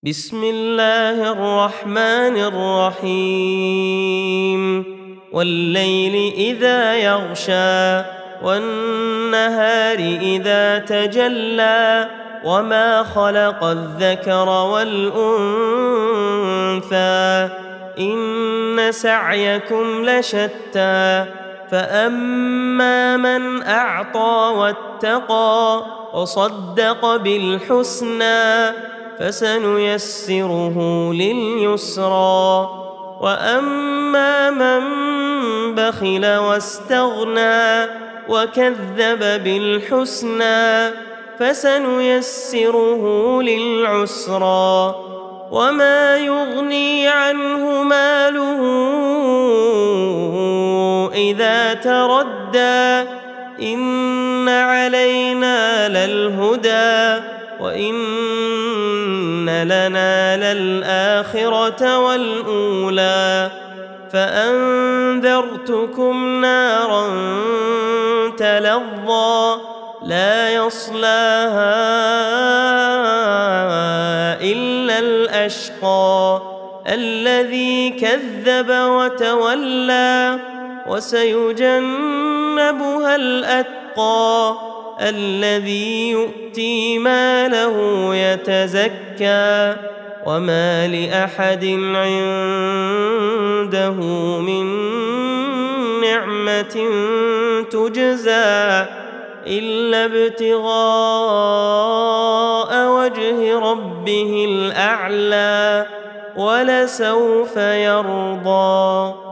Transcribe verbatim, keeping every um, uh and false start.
بسم الله الرحمن الرحيم والليل إذا يغشى والنهار إذا تجلى وما خلق الذكر والأنثى إن سعيكم لشتى فأما من أعطى واتقى وصدق بالحسنى فسنيسره لليسرى وأما من بخل واستغنى وكذب بالحسنى فسنيسره للعسرى وما يغني عنه ماله إذا تردى إن علينا للهدى وإن لنا للآخرة والأولى فأنذرتكم نارا تلظى لا يصلاها إلا الأشقى الذي كذب وتولى وسيجنبها الأتقى الذي يؤتي ماله يتزكى وما لأحد عنده من نعمة تجزى إلا ابتغاء وجه ربه الأعلى ولسوف يرضى.